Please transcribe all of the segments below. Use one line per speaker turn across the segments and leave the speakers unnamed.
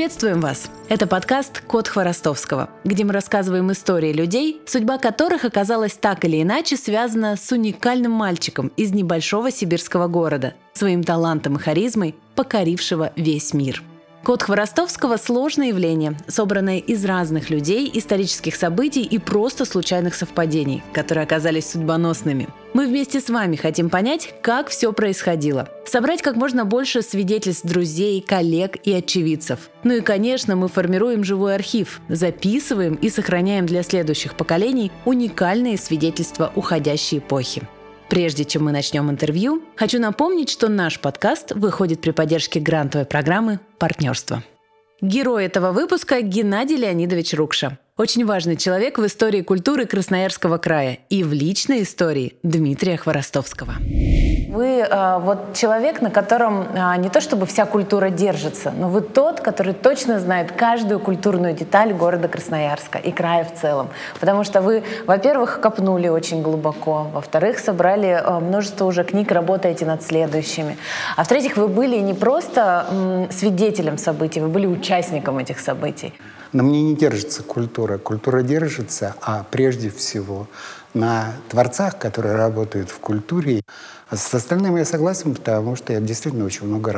Приветствуем вас! Это подкаст «Код Хворостовского», где мы рассказываем истории людей, судьба которых оказалась так или иначе связана с уникальным мальчиком из небольшого сибирского города, своим талантом и харизмой, покорившего весь мир. «Код Хворостовского» — сложное явление, собранное из разных людей, исторических событий и просто случайных совпадений, которые оказались судьбоносными. Мы вместе с вами хотим понять, как все происходило, собрать как можно больше свидетельств друзей, коллег и очевидцев. Ну и, конечно, мы формируем живой архив, записываем и сохраняем для следующих поколений уникальные свидетельства уходящей эпохи. Прежде чем мы начнем интервью, хочу напомнить, что наш подкаст выходит при поддержке грантовой программы «Партнерство». Герой этого выпуска – Геннадий Леонидович Рукша. Очень важный человек в истории культуры Красноярского края и в личной истории Дмитрия Хворостовского. Вы вот человек, на котором не то чтобы вся культура держится, но вы тот, который точно знает каждую культурную деталь города Красноярска и края в целом. Потому что вы, во-первых, копнули очень глубоко, во-вторых, собрали множество уже книг, работаете над следующими. А в-третьих, вы были не просто свидетелем событий, вы были участником этих событий.
На мне не держится культура. Культура держится, а прежде всего на творцах, которые работают в культуре. А с остальным я согласен, потому что я действительно очень много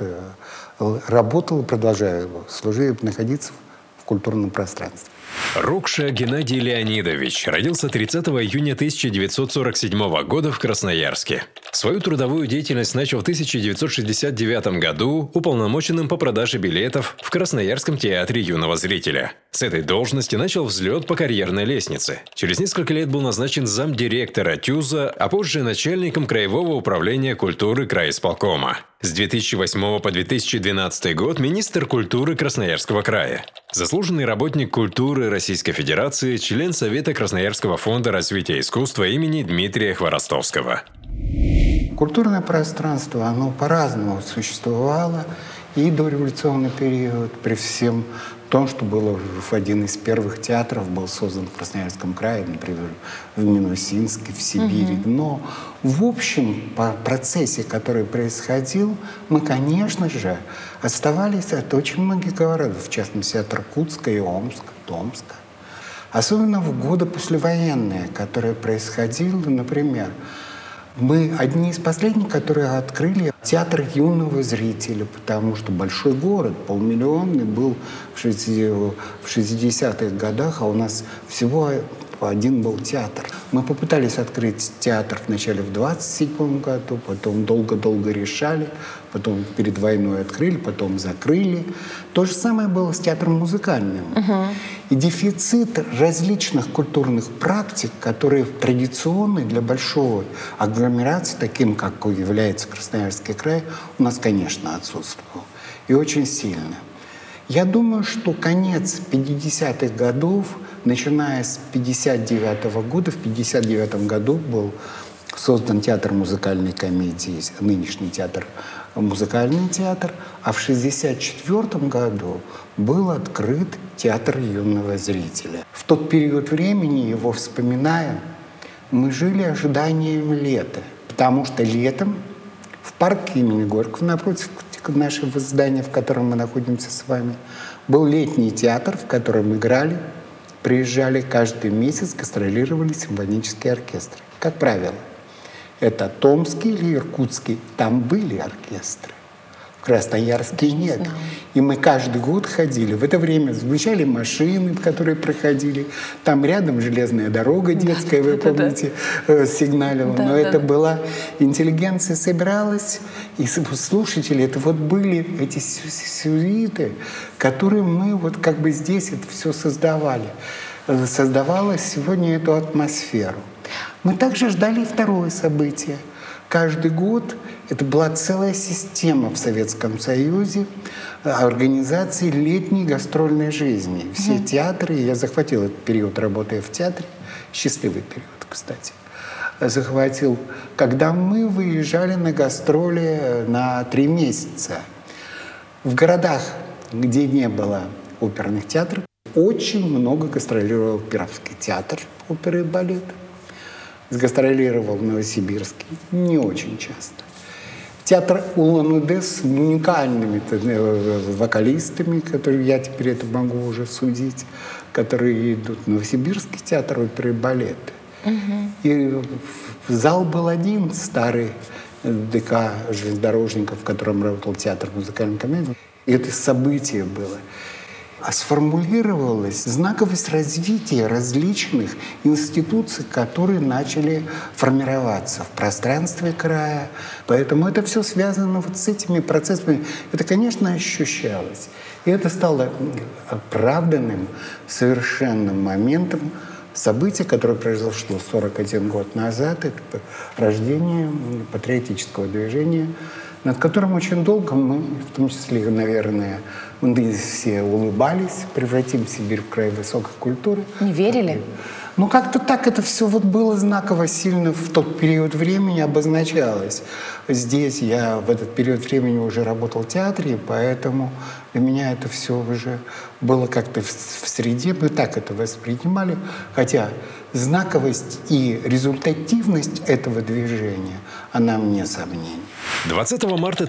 работал и продолжаю находиться в культурном пространстве.
Рукша Геннадий Леонидович родился 30 июня 1947 года в Красноярске. Свою трудовую деятельность начал в 1969 году уполномоченным по продаже билетов в Красноярском театре юного зрителя. С этой должности начал взлет по карьерной лестнице. Через несколько лет был назначен замдиректора ТЮЗа, а позже начальником Краевого управления культуры крайисполкома. С 2008 по 2012 год министр культуры Красноярского края. Заслуженный работник культуры Российской Федерации, член Совета Красноярского фонда развития искусства имени Дмитрия Хворостовского.
Культурное пространство, оно по-разному существовало и дореволюционный период, при всем том, что было в один из первых театров был создан в Красноярском крае, например, в Минусинске, в Сибири. Но в общем, по процессе, который происходил, мы, конечно же, оставались от очень многих городов, в частности, от Иркутска и Омска, Томска. Особенно в годы послевоенные, которые происходили, например, мы одни из последних, которые открыли театр юного зрителя, потому что большой город, полмиллионный, был в 60-х годах, а у нас всего один был театр. Мы попытались открыть театр вначале в 27 году, потом долго-долго решали, потом перед войной открыли, потом закрыли. То же самое было с театром музыкальным. И дефицит различных культурных практик, которые традиционны для большой агломерации, таким, как является Красноярский край, у нас, конечно, отсутствовал. И очень сильно. Я думаю, что конец 50-х годов, начиная с 59-го года, в 59-м году был создан театр музыкальной комедии, нынешний театр музыкальный театр, а в 64-м году был открыт театр юного зрителя. В тот период времени, его вспоминая, мы жили ожиданием лета, потому что летом в парке имени Горького, напротив нашего здания, в котором мы находимся с вами, был летний театр, в котором играли, приезжали каждый месяц, гастролировали симфонические оркестры. Как правило, это Томский или Иркутский. Там были оркестры. В Красноярске нет. И мы каждый год ходили. В это время звучали машины, которые проходили. Там рядом железная дорога детская, вы помните, сигналила. Но это была... Интеллигенция собиралась, и слушатели, это вот были эти сюиты, которые мы вот как бы здесь это все создавали. Создавала сегодня эту атмосферу. Мы также ждали второе событие. Каждый год это была целая система в Советском Союзе организации летней гастрольной жизни. Все театры, я захватил этот период, работая в театре, счастливый период, кстати, захватил, когда мы выезжали на гастроли на 3 месяца. В городах, где не было оперных театров, очень много гастролировал Пермский театр оперы и балета. Гастролировал в Новосибирске не очень часто. Театр Улан-Удэ с уникальными вокалистами, которые я теперь это могу уже судить, которые идут. Новосибирский театр оперы и балета. И зал был один, старый ДК железнодорожников, в котором работал театр музыкальной комедии. И это событие было. А сформулировалась знаковость развития различных институций, которые начали формироваться в пространстве края. Поэтому это все связано вот с этими процессами. Это, конечно, ощущалось. И это стало оправданным, совершенным моментом события, которое произошло 41 год назад. Это рождение патриотического движения, над которым очень долго мы, в том числе, наверное, мы все улыбались, превратим Сибирь в край высокой культуры.
Не верили?
Ну, как-то так это все вот было знаково сильно в тот период времени обозначалось. Здесь я в этот период времени уже работал в театре, поэтому для меня это все уже было как-то в среде. Мы так это воспринимали. Хотя знаковость и результативность этого движения, она вне сомнений.
20 марта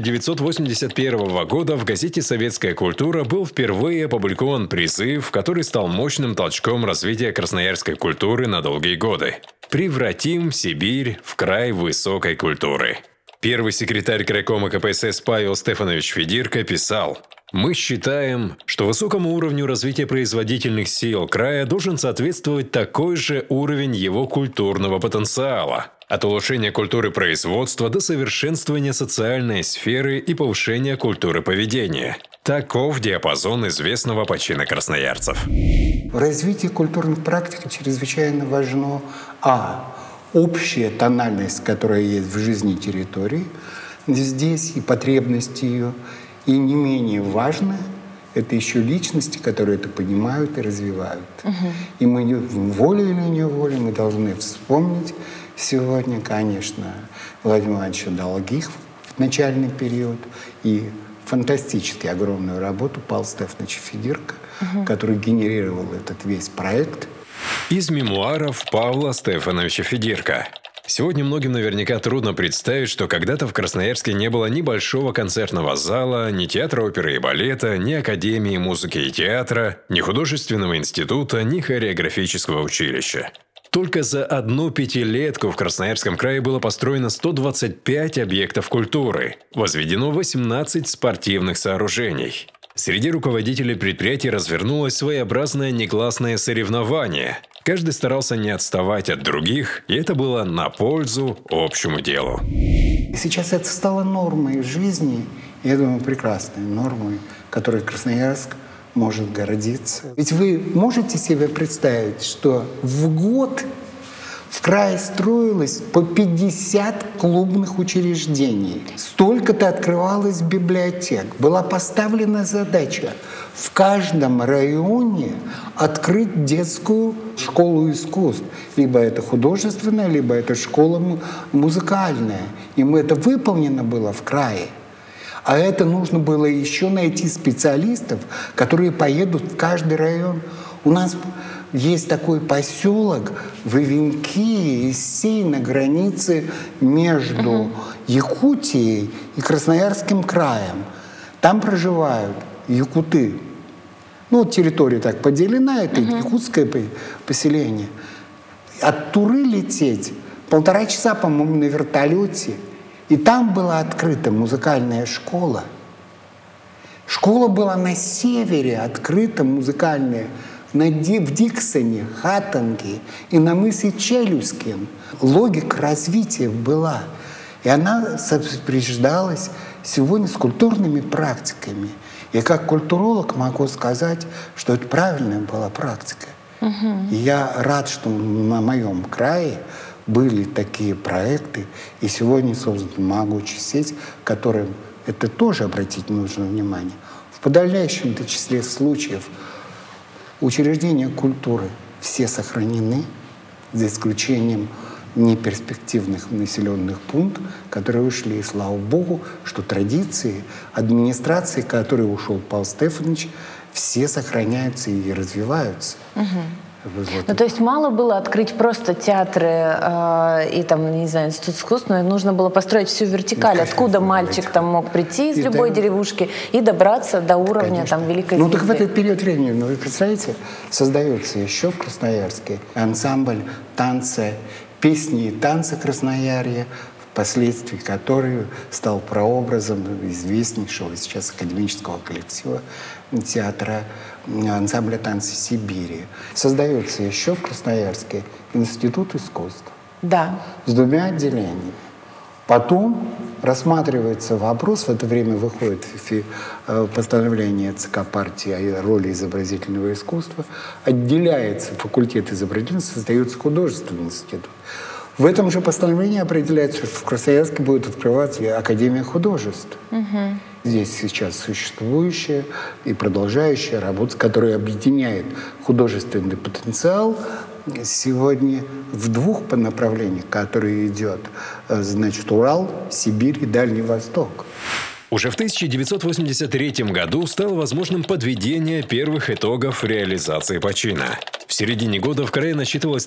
1981 года в газете «Советская культура» был впервые опубликован призыв, который стал мощным толчком развития красноярской культуры на долгие годы. «Превратим Сибирь в край высокой культуры». Первый секретарь крайкома КПСС Павел Стефанович Федирко писал: «Мы считаем, что высокому уровню развития производительных сил края должен соответствовать такой же уровень его культурного потенциала. От улучшения культуры производства до совершенствования социальной сферы и повышения культуры поведения. Таков диапазон известного почина красноярцев».
В развитии культурных практик чрезвычайно важно общая тональность, которая есть в жизни территории, здесь и потребности ее, и не менее важно – это еще личности, которые это понимают и развивают. И мы волей или неволей мы должны вспомнить сегодня, конечно, Владимира Ивановича Долгих в начальный период и фантастически огромную работу Павла Стефановича Федирко, который генерировал этот весь проект.
Из мемуаров Павла Стефановича Федирко. Сегодня многим наверняка трудно представить, что когда-то в Красноярске не было ни большого концертного зала, ни театра оперы и балета, ни академии музыки и театра, ни художественного института, ни хореографического училища. Только за одну пятилетку в Красноярском крае было построено 125 объектов культуры, возведено 18 спортивных сооружений. Среди руководителей предприятий развернулось своеобразное негласное соревнование. Каждый старался не отставать от других, и это было на пользу общему делу.
И сейчас это стало нормой жизни, и я думаю, прекрасной нормой, которой Красноярск может гордиться. Ведь вы можете себе представить, что в год в крае строилось по 50 клубных учреждений. Столько-то открывалось библиотек. Была поставлена задача в каждом районе открыть детскую школу искусств. Либо это художественная, либо это школа музыкальная. И это выполнено было в крае. А это нужно было еще найти специалистов, которые поедут в каждый район. У нас есть такой поселок Вывенки, Иссей, на границе между Якутией и Красноярским краем. Там проживают якуты. Ну, вот территория так поделена, это якутское поселение. От Туры лететь 1,5 часа, по-моему, на вертолете. И там была открыта музыкальная школа. Школа была на севере, открыта музыкальная, в Диксоне, Хатанге и на мысе Челюскин. Логика развития была. И она сопровождалась сегодня с культурными практиками. И как культуролог могу сказать, что это правильная была практика. И я рад, что на моем крае были такие проекты, и сегодня создана могучая сеть, которым это тоже обратить нужно внимание. В подавляющем числе случаев учреждения культуры все сохранены, за исключением неперспективных населенных пунктов, которые ушли. И слава богу, что традиции администрации, которой ушел Павел Стефанович, все сохраняются и развиваются.
Ну, то есть мало было открыть просто театры и там, не знаю, институт искусств, но нужно было построить всю вертикаль, откуда мальчик там мог прийти из любой деревушки и добраться до уровня там великой звезды.
Ну, так в этот период времени, вы представляете, создается еще в Красноярске ансамбль танца, песни и танцы Красноярья, впоследствии который стал прообразом известнейшего сейчас академического коллектива театра ансамбля танца Сибири. Создается еще в Красноярске институт искусств.
Да.
С 2 отделениями. Потом рассматривается вопрос, в это время выходит постановление ЦК партии о роли изобразительного искусства, отделяется факультет изобразительного, создается художественный институт. В этом же постановлении определяется, что в Красноярске будет открываться Академия художеств. Угу. Здесь сейчас существующая и продолжающая работа, которая объединяет художественный потенциал сегодня в 2 направлениях, которые идет, значит, Урал, Сибирь и Дальний Восток.
Уже в 1983 году стало возможным подведение первых итогов реализации почина. В середине года в крае насчитывалось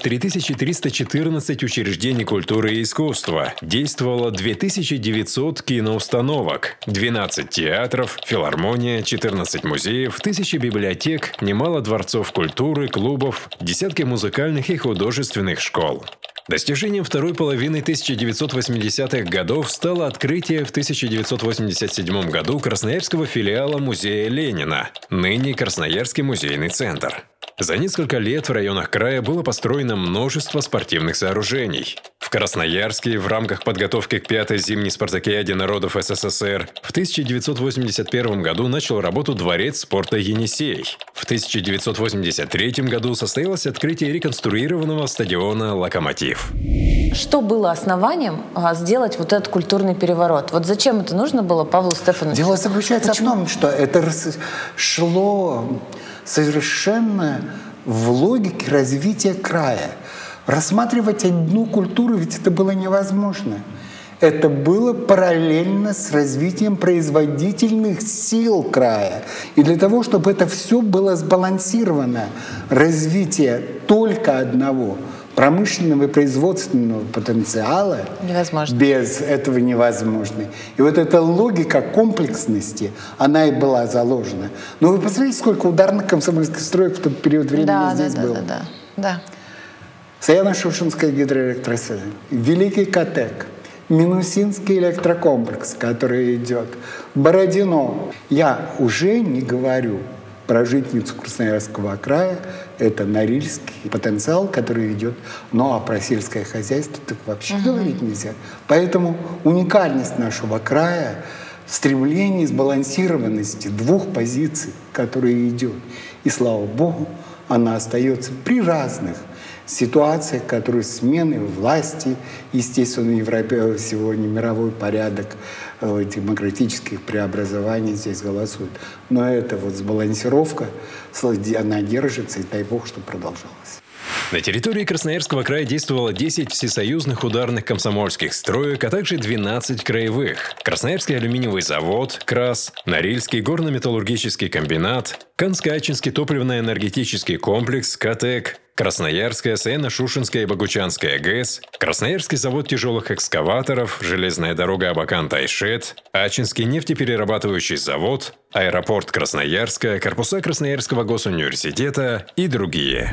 3314 учреждений культуры и искусства, действовало 2900 киноустановок, 12 театров, филармония, 14 музеев, 1000 библиотек, немало дворцов культуры, клубов, десятки музыкальных и художественных школ. Достижением второй половины 1980-х годов стало открытие в 1987 году красноярского филиала музея Ленина, ныне Красноярский музейный центр. За несколько лет в районах края было построено множество спортивных сооружений. В Красноярске в рамках подготовки к 5-й зимней спартакиаде народов СССР в 1981 году начал работу Дворец спорта «Енисей». В 1983 году состоялось открытие реконструированного стадиона «Локомотив».
Что было основанием сделать вот этот культурный переворот? Вот зачем это нужно было Павлу Стефановичу?
Дело заключается в том, что это шло совершенно в логике развития края. Рассматривать одну культуру ведь это было невозможно. Это было параллельно с развитием производительных сил края. И для того, чтобы это все было сбалансировано, развитие только одного промышленного и производственного потенциала
невозможно.
Без этого невозможно. И вот эта логика комплексности, она и была заложена. Но вы посмотрите, сколько ударных комсомольских строек в тот период времени здесь было.
Да.
Саяно-Шушенская гидроэлектростанция, Великий Котек, Минусинский электрокомплекс, который идет, Бородино. Я уже не говорю про житницу Красноярского края, это Норильский потенциал, который идет, ну а про сельское хозяйство так вообще говорить нельзя. Поэтому уникальность нашего края в стремлении сбалансированности 2 позиций, которые идет. И слава богу, она остается при разных ситуациях, которые смены власти, естественно, сегодня мировой порядок демократических преобразований здесь голосует. Но эта вот сбалансировка, она держится, и дай бог, что продолжалась.
На территории Красноярского края действовало 10 всесоюзных ударных комсомольских строек, а также 12 краевых. Красноярский алюминиевый завод, КРАС, Норильский горно-металлургический комбинат, Канскачинский топливно-энергетический комплекс, КАТЭК, Красноярская, Саяно-Шушенская и Богучанская ГЭС, Красноярский завод тяжелых экскаваторов, железная дорога Абакан-Тайшет, Ачинский нефтеперерабатывающий завод, аэропорт Красноярска, корпуса Красноярского госуниверситета и другие.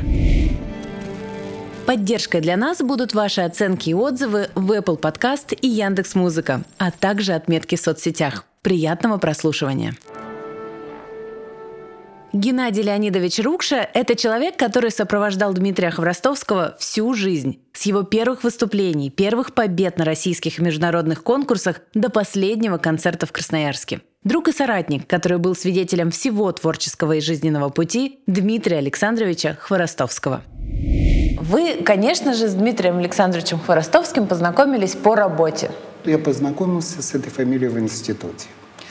Поддержкой для нас будут ваши оценки и отзывы в Apple Podcast и Яндекс.Музыка, а также отметки в соцсетях. Приятного прослушивания! Геннадий Леонидович Рукша – это человек, который сопровождал Дмитрия Хворостовского всю жизнь. С его первых выступлений, первых побед на российских и международных конкурсах до последнего концерта в Красноярске. Друг и соратник, который был свидетелем всего творческого и жизненного пути Дмитрия Александровича Хворостовского. Вы, конечно же, с Дмитрием Александровичем Хворостовским познакомились по работе.
Я познакомился с этой фамилией в институте.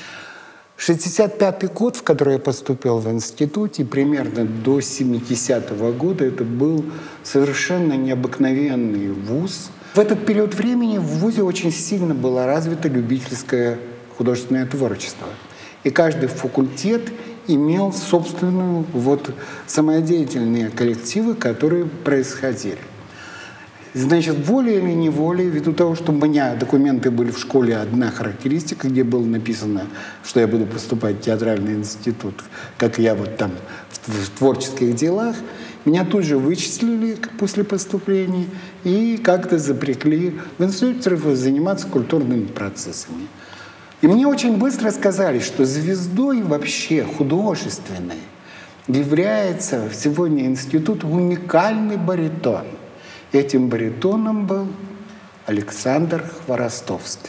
65-й год, в который я поступил в институте, примерно до 70-го года, это был совершенно необыкновенный вуз. В этот период времени в вузе очень сильно было развито любительское художественное творчество. И каждый факультет имел собственную самодеятельные коллективы, которые происходили. Значит, волей или неволей, ввиду того, что у меня документы были в школе, одна характеристика, где было написано, что я буду поступать в театральный институт, как я там в творческих делах, меня тут же вычислили после поступления и как-то запрягли в институте заниматься культурными процессами. И мне очень быстро сказали, что звездой вообще художественной является сегодня институт уникальный баритон. Этим баритоном был Александр Хворостовский.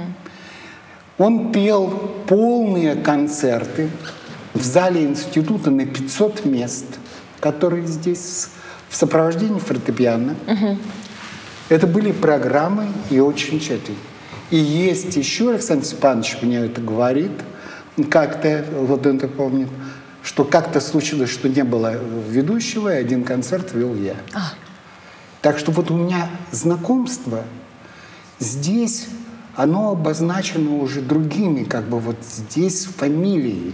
Он пел полные концерты в зале института на 500 мест, которые здесь в сопровождении фортепиано. Это были программы и очень тщательно. И есть еще, Александр Степанович мне это говорит, как-то, вот он это помнит, что как-то случилось, что не было ведущего, и один концерт вел я. Так что вот у меня знакомство здесь, оно обозначено уже другими, как бы вот здесь фамилией.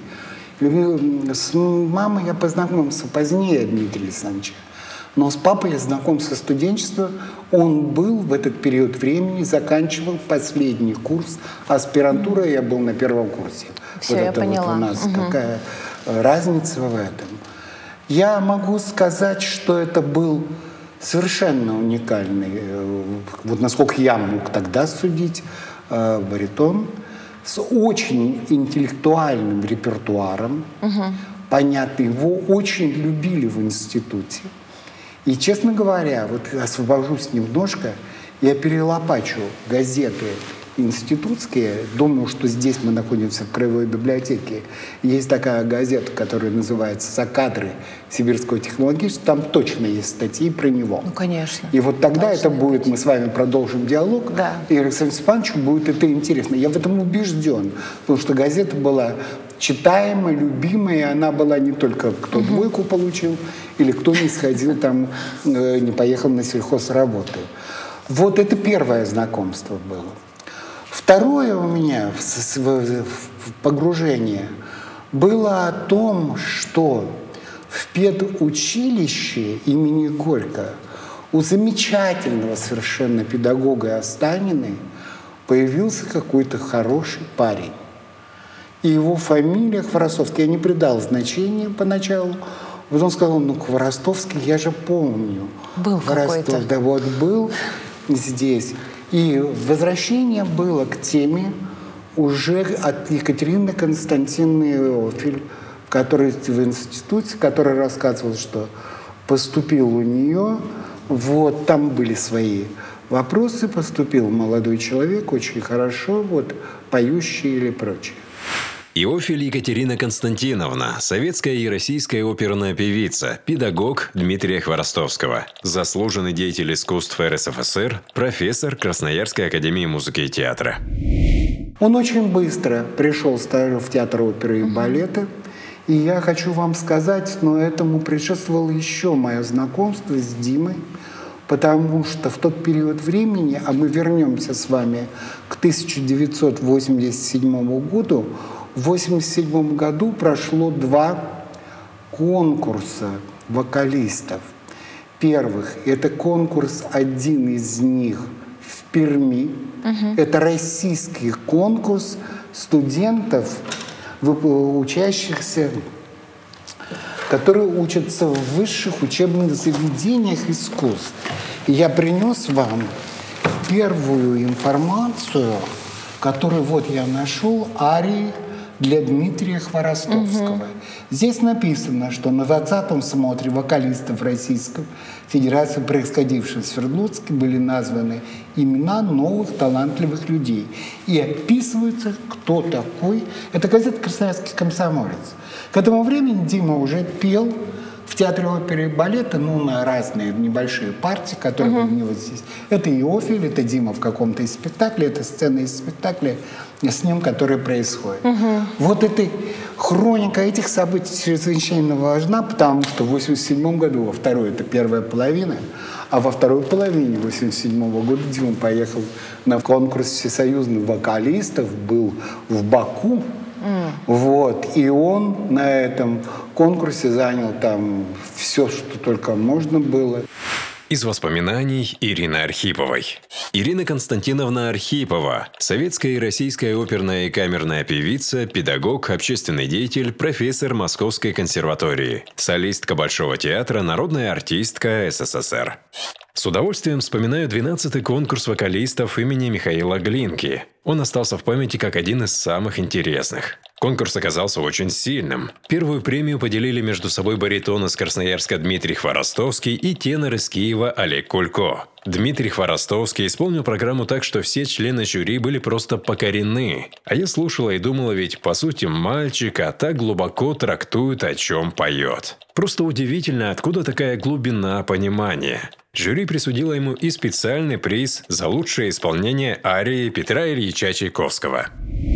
С мамой я познакомился позднее Дмитрия Александровича. Но с папой я знаком со студенчества. Он был в этот период времени, заканчивал последний курс аспирантуры, я был на первом курсе.
Все, я поняла.
Вот у нас какая разница в этом. Я могу сказать, что это был совершенно уникальный, вот насколько я мог тогда судить, баритон с очень интеллектуальным репертуаром. Понятно, его очень любили в институте. И, честно говоря, вот освобожусь немножко, я перелопачу газеты институтские. Думаю, что здесь мы находимся в Краевой библиотеке. Есть такая газета, которая называется «Закадры Сибирского технологического». Там точно есть статьи про него.
Ну, конечно.
И вот тогда это будет, мы с вами продолжим диалог, и Александру Степановичу будет это интересно. Я в этом убежден, потому что газета была читаемая, любимая, и она была не только кто двойку получил, или кто не сходил там, не поехал на сельхозработы. Вот это первое знакомство было. Второе у меня в погружение было о том, что в педучилище имени Горько у замечательного совершенно педагога Останиной появился какой-то хороший парень. И его фамилия Хворостовский, я не придал значения поначалу. Вот он сказал, Хворостовский, я же помню.
Был какой-то.
Да, вот был здесь. И возвращение было к теме уже от Екатерины Константиновны Иофель, который в институте, который рассказывал, что поступил у нее, вот там были свои вопросы, поступил молодой человек, очень хорошо, вот поющий или прочее.
Иофель Екатерина Константиновна, советская и российская оперная певица, педагог Дмитрия Хворостовского, заслуженный деятель искусств РСФСР, профессор Красноярской академии музыки и театра.
Он очень быстро пришел в театр оперы и балета. И я хочу вам сказать, но этому предшествовало еще мое знакомство с Димой, потому что в тот период времени, а мы вернемся с вами к 1987 году, в 1987 году прошло 2 конкурса вокалистов. Первых – это конкурс, один из них в Перми. Это российский конкурс студентов, учащихся, которые учатся в высших учебных заведениях искусств. И я принес вам первую информацию, которую вот я нашел, арии для Дмитрия Хворостовского. Здесь написано, что на 20-м смотре вокалистов Российской Федерации, происходившего в Свердловске, были названы имена новых талантливых людей. И описывается, кто такой. Это газета «Красноярский комсомолец». К этому времени Дима уже пел в театре оперы и балета, на разные небольшие партии, которые у него здесь. Это Иофель, это Дима в каком-то из спектаклей, это сцена из спектакля с ним, который происходит. Вот эта хроника этих событий чрезвычайно важна, потому что в 1987 году, во второй, это первая половина, а во второй половине 1987 года Дима поехал на конкурс всесоюзных вокалистов, был в Баку, Вот. И он на этом конкурсе занял там все, что только можно было.
Из воспоминаний Ирины Архиповой. Ирина Константиновна Архипова – советская и российская оперная и камерная певица, педагог, общественный деятель, профессор Московской консерватории, солистка Большого театра, народная артистка СССР. С удовольствием вспоминаю 12-й конкурс вокалистов имени Михаила Глинки. Он остался в памяти как один из самых интересных. Конкурс оказался очень сильным. Первую премию поделили между собой баритон из Красноярска Дмитрий Хворостовский и тенор из Киева Олег Кулько. Дмитрий Хворостовский исполнил программу так, что все члены жюри были просто покорены. А я слушала и думала, ведь по сути мальчик, а так глубоко трактует, о чем поет. Просто удивительно, откуда такая глубина понимания. Жюри присудило ему и специальный приз за лучшее исполнение арии Петра Ильича Чайковского.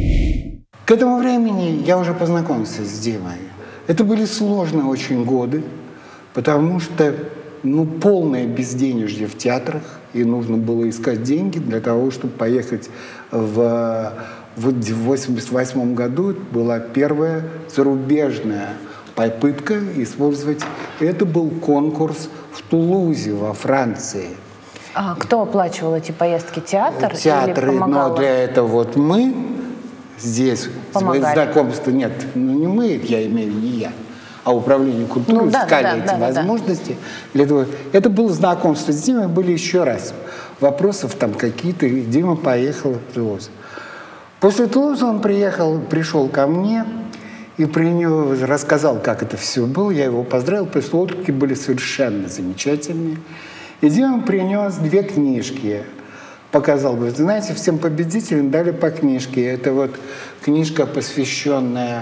К этому времени я уже познакомился с Димой. Это были сложные очень годы, потому что полное безденежье в театрах, и нужно было искать деньги для того, чтобы поехать в 1988 году. Это была первая зарубежная попытка использовать. Это был конкурс в Тулузе, во Франции.
А кто оплачивал эти поездки? Театр?
Театры,
или
но для этого мы здесь знакомство нет, не мы, я имею в виду не я, а управление культурой искали эти возможности. Для этого. Это было знакомство с Димой, были еще раз вопросов там какие-то, и Дима поехал в Тулуз. После Тулуза он пришел ко мне и рассказал, как это все было. Я его поздравил, потому что отклики были совершенно замечательные. И Дима принес 2 книжки. Показал, говорит, знаете, всем победителям дали по книжке. Это вот книжка, посвященная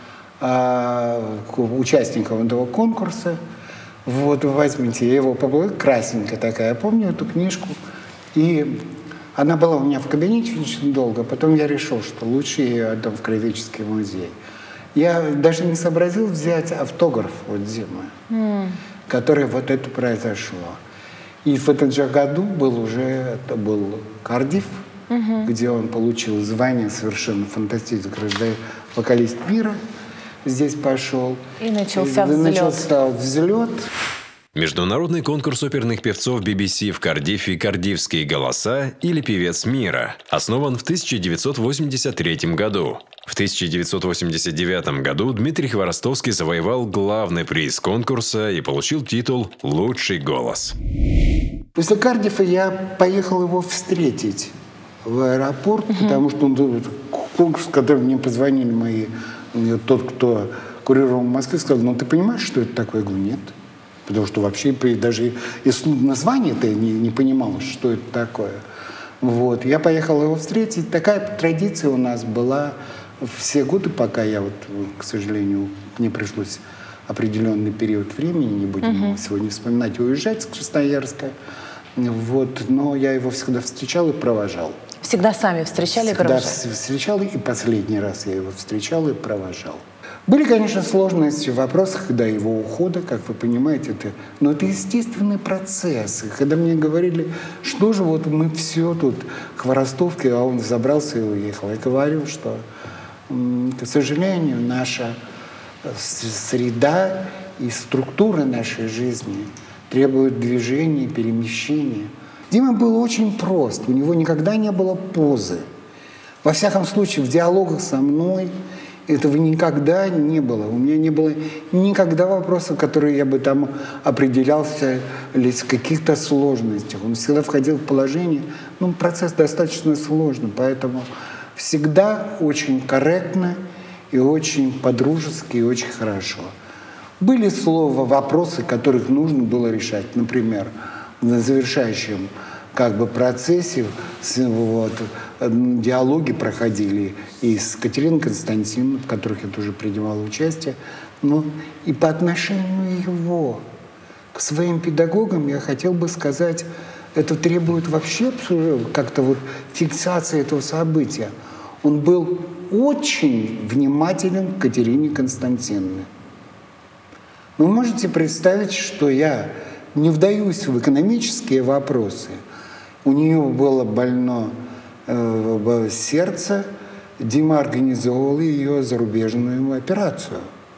участникам этого конкурса. Вот, вы возьмите, я его поблагодарил, красненькая такая. Я помню эту книжку. И она была у меня в кабинете очень долго. Потом я решил, что лучше ее отдам в Краеведческий музей. Я даже не сообразил взять автограф от Димы, который вот это произошло. И в этот же году это был Кардифф, где он получил звание совершенно фантастического вокалист мира. Здесь пошел.
И начался
взлет.
Международный конкурс оперных певцов BBC в Кардиффе «Кардиффские голоса» или «Певец мира» основан в 1983 году. В 1989 году Дмитрий Хворостовский завоевал главный приз конкурса и получил титул «Лучший голос».
После Кардиффа я поехал его встретить в аэропорт, потому что конкурс, в который мне позвонили тот, кто курировал в Москве, сказал, ты понимаешь, что это такое? Я говорю, нет. Потому что вообще даже из названия-то не понимал, что это такое. Вот. Я поехал его встретить. Такая традиция у нас была все годы, пока я к сожалению, мне пришлось определенный период времени, не будем его сегодня вспоминать, уезжать с Красноярска. Вот. Но я его всегда встречал и провожал.
Всегда сами встречали и провожали?
Всегда встречал, и последний раз я его встречал и провожал. Были, конечно, сложности в вопросах до его ухода, как вы понимаете, но это естественный процесс. И когда мне говорили, что же мы все тут, Хворостовский, а он забрался и уехал, я говорю, что, к сожалению, наша среда и структура нашей жизни требуют движения, перемещения. Дима был очень прост, у него никогда не было позы. Во всяком случае, в диалогах со мной этого никогда не было. У меня не было никогда вопросов, которые я бы там определялся или с каких-то сложностях. Он всегда входил в положение. Процесс достаточно сложный, поэтому всегда очень корректно и очень по-дружески, и очень хорошо. Были вопросы, которых нужно было решать. Например, на завершающем процессе диалоги проходили и с Катериной Константиновной, в которых я тоже принимал участие, но и по отношению его к своим педагогам, я хотел бы сказать, это требует вообще как-то фиксации этого события. Он был очень внимателен к Катерине Константиновне. Вы можете представить, что я не вдаюсь в экономические вопросы. У нее было больно сердце, Дима организовал ее зарубежную операцию.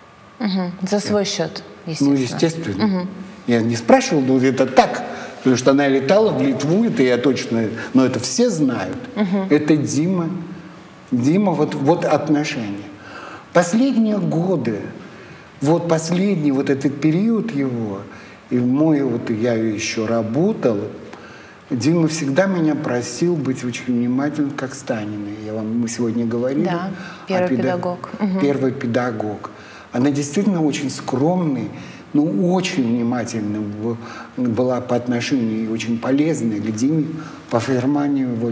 За свой счет, естественно.
Ну, естественно. Я не спрашивал, но это так. Потому что она летала в Литву, это я точно... Но это все знают. Это Дима. Дима, вот отношения. Последние годы, вот последний вот этот период его, и я еще работал, Дима всегда меня просил быть очень внимательным, как Станина. Мы сегодня говорили.
Да, первый педагог.
Первый педагог. Она действительно очень скромный, но очень внимательна была по отношению и очень полезная к Диме по формированию его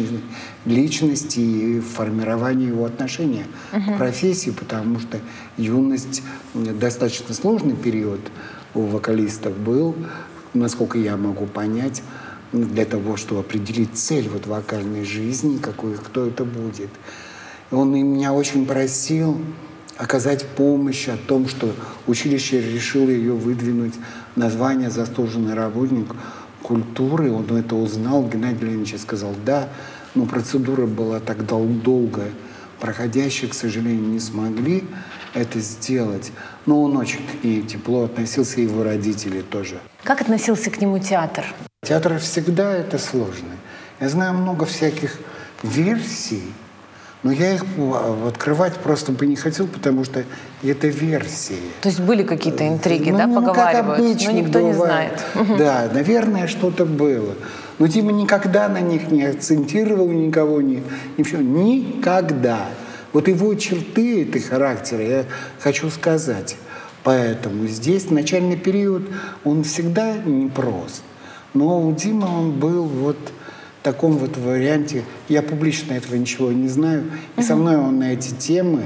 личности и формированию его отношения к профессии, потому что юность достаточно сложный период у вокалистов был, насколько я могу понять, для того, чтобы определить цель вот вокальной жизни, кто это будет. Он меня очень просил оказать помощь о том, что училище решило ее выдвинуть название «Заслуженный работник культуры». Он это узнал, Геннадий Леонидович сказал «да», но процедура была так долгая, проходящие, к сожалению, не смогли это сделать. Но он очень к ней тепло относился, и его родители тоже.
Как относился к нему театр?
Театр всегда это сложно. Я знаю много всяких версий, но я их открывать просто бы не хотел, потому что это версии.
То есть были какие-то интриги, да, поговаривают, но никто не знает.
Да, наверное, что-то было. Но Дима никогда на них не акцентировал никого, ничего. Никогда. Вот его черты, это характера, я хочу сказать. Поэтому здесь начальный период, он всегда непрост. Но у Димы он был вот в таком вот варианте. Я публично этого ничего не знаю. И со мной он на эти темы,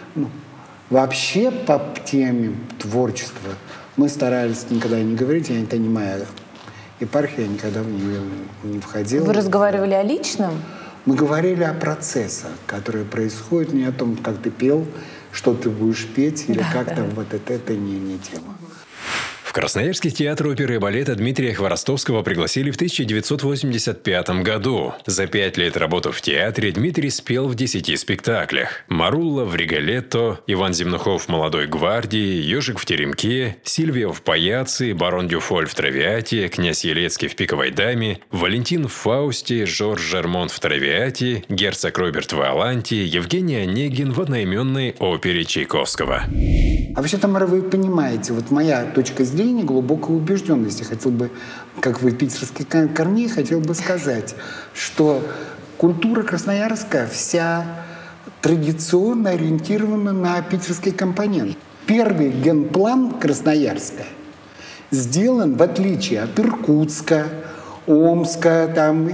вообще по теме творчества, мы старались никогда не говорить. Это не моя епархия, я никогда в нее не входил.
Вы разговаривали о личном?
Мы говорили о процессах, которые происходят, не о том, как ты пел, что ты будешь петь, или как-то вот это не тема.
В Красноярский театр оперы и балета Дмитрия Хворостовского пригласили в 1985 году. За 5 лет работы в театре Дмитрий спел в 10 спектаклях. «Марулла» в «Риголетто», Иван Земнухов в «Молодой гвардии», «Ежик в теремке», Сильвия в «Паяцци», барон Дюфоль в «Травиате», князь Елецкий в «Пиковой даме», Валентин в «Фаусте», Жорж Жермон в «Травиате», герцог Роберт в «Иоланте», Евгений Онегин в одноименной опере Чайковского.
А вообще, Тамара, вы понимаете, вот моя точка зрения, глубокая убежденность. Я хотел бы, как вы питерских корней, хотел бы сказать, что культура красноярская вся традиционно ориентирована на питерский компонент. Первый генплан Красноярска сделан в отличие от Иркутска, Омска,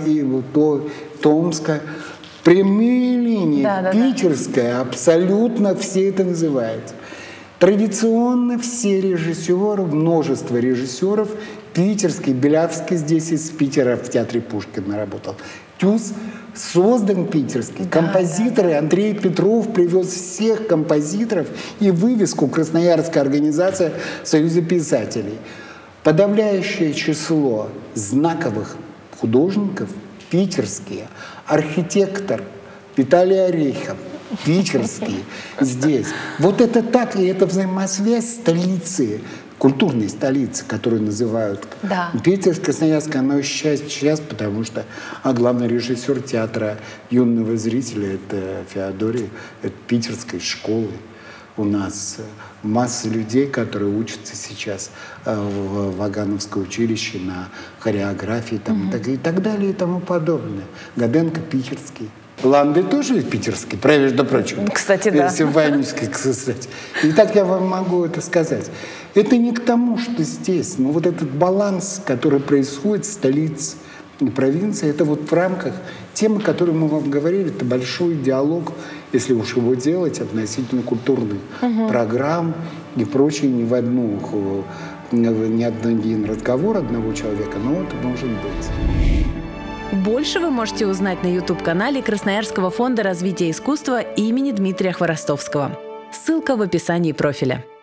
Томска. Прямые линии, питерская, абсолютно все это называется. Традиционно все режиссеры, множество режиссеров, питерский, Белявский здесь из Питера в театре Пушкина работал. ТЮЗ создан питерский. Композиторы, Андрей Петров привез всех композиторов и вывеску «Красноярская организация Союза писателей». Подавляющее число знаковых художников питерские. Архитектор Виталий Орехов, питерский, здесь. Вот это так, и это взаимосвязь столицы, культурной столицы, которую называют Питер, Красноярская, она сейчас, потому что главный режиссер театра юного зрителя – это Феодорий, это питерской школы. У нас масса людей, которые учатся сейчас в Вагановском училище на хореографии и так далее и тому подобное. Габенко питерский. Ланды тоже питерский, между прочим.
Кстати, да.
Симфонический, кстати. И так я вам могу это сказать. Это не к тому, что здесь, но вот этот баланс, который происходит в столице и провинции, это вот в рамках темы, которую мы вам говорили, это большой диалог, если уж его делать, относительно культурных программ и прочее, ни один разговор одного человека, но это может быть.
Больше вы можете узнать на YouTube-канале Красноярского фонда развития искусства имени Дмитрия Хворостовского. Ссылка в описании профиля.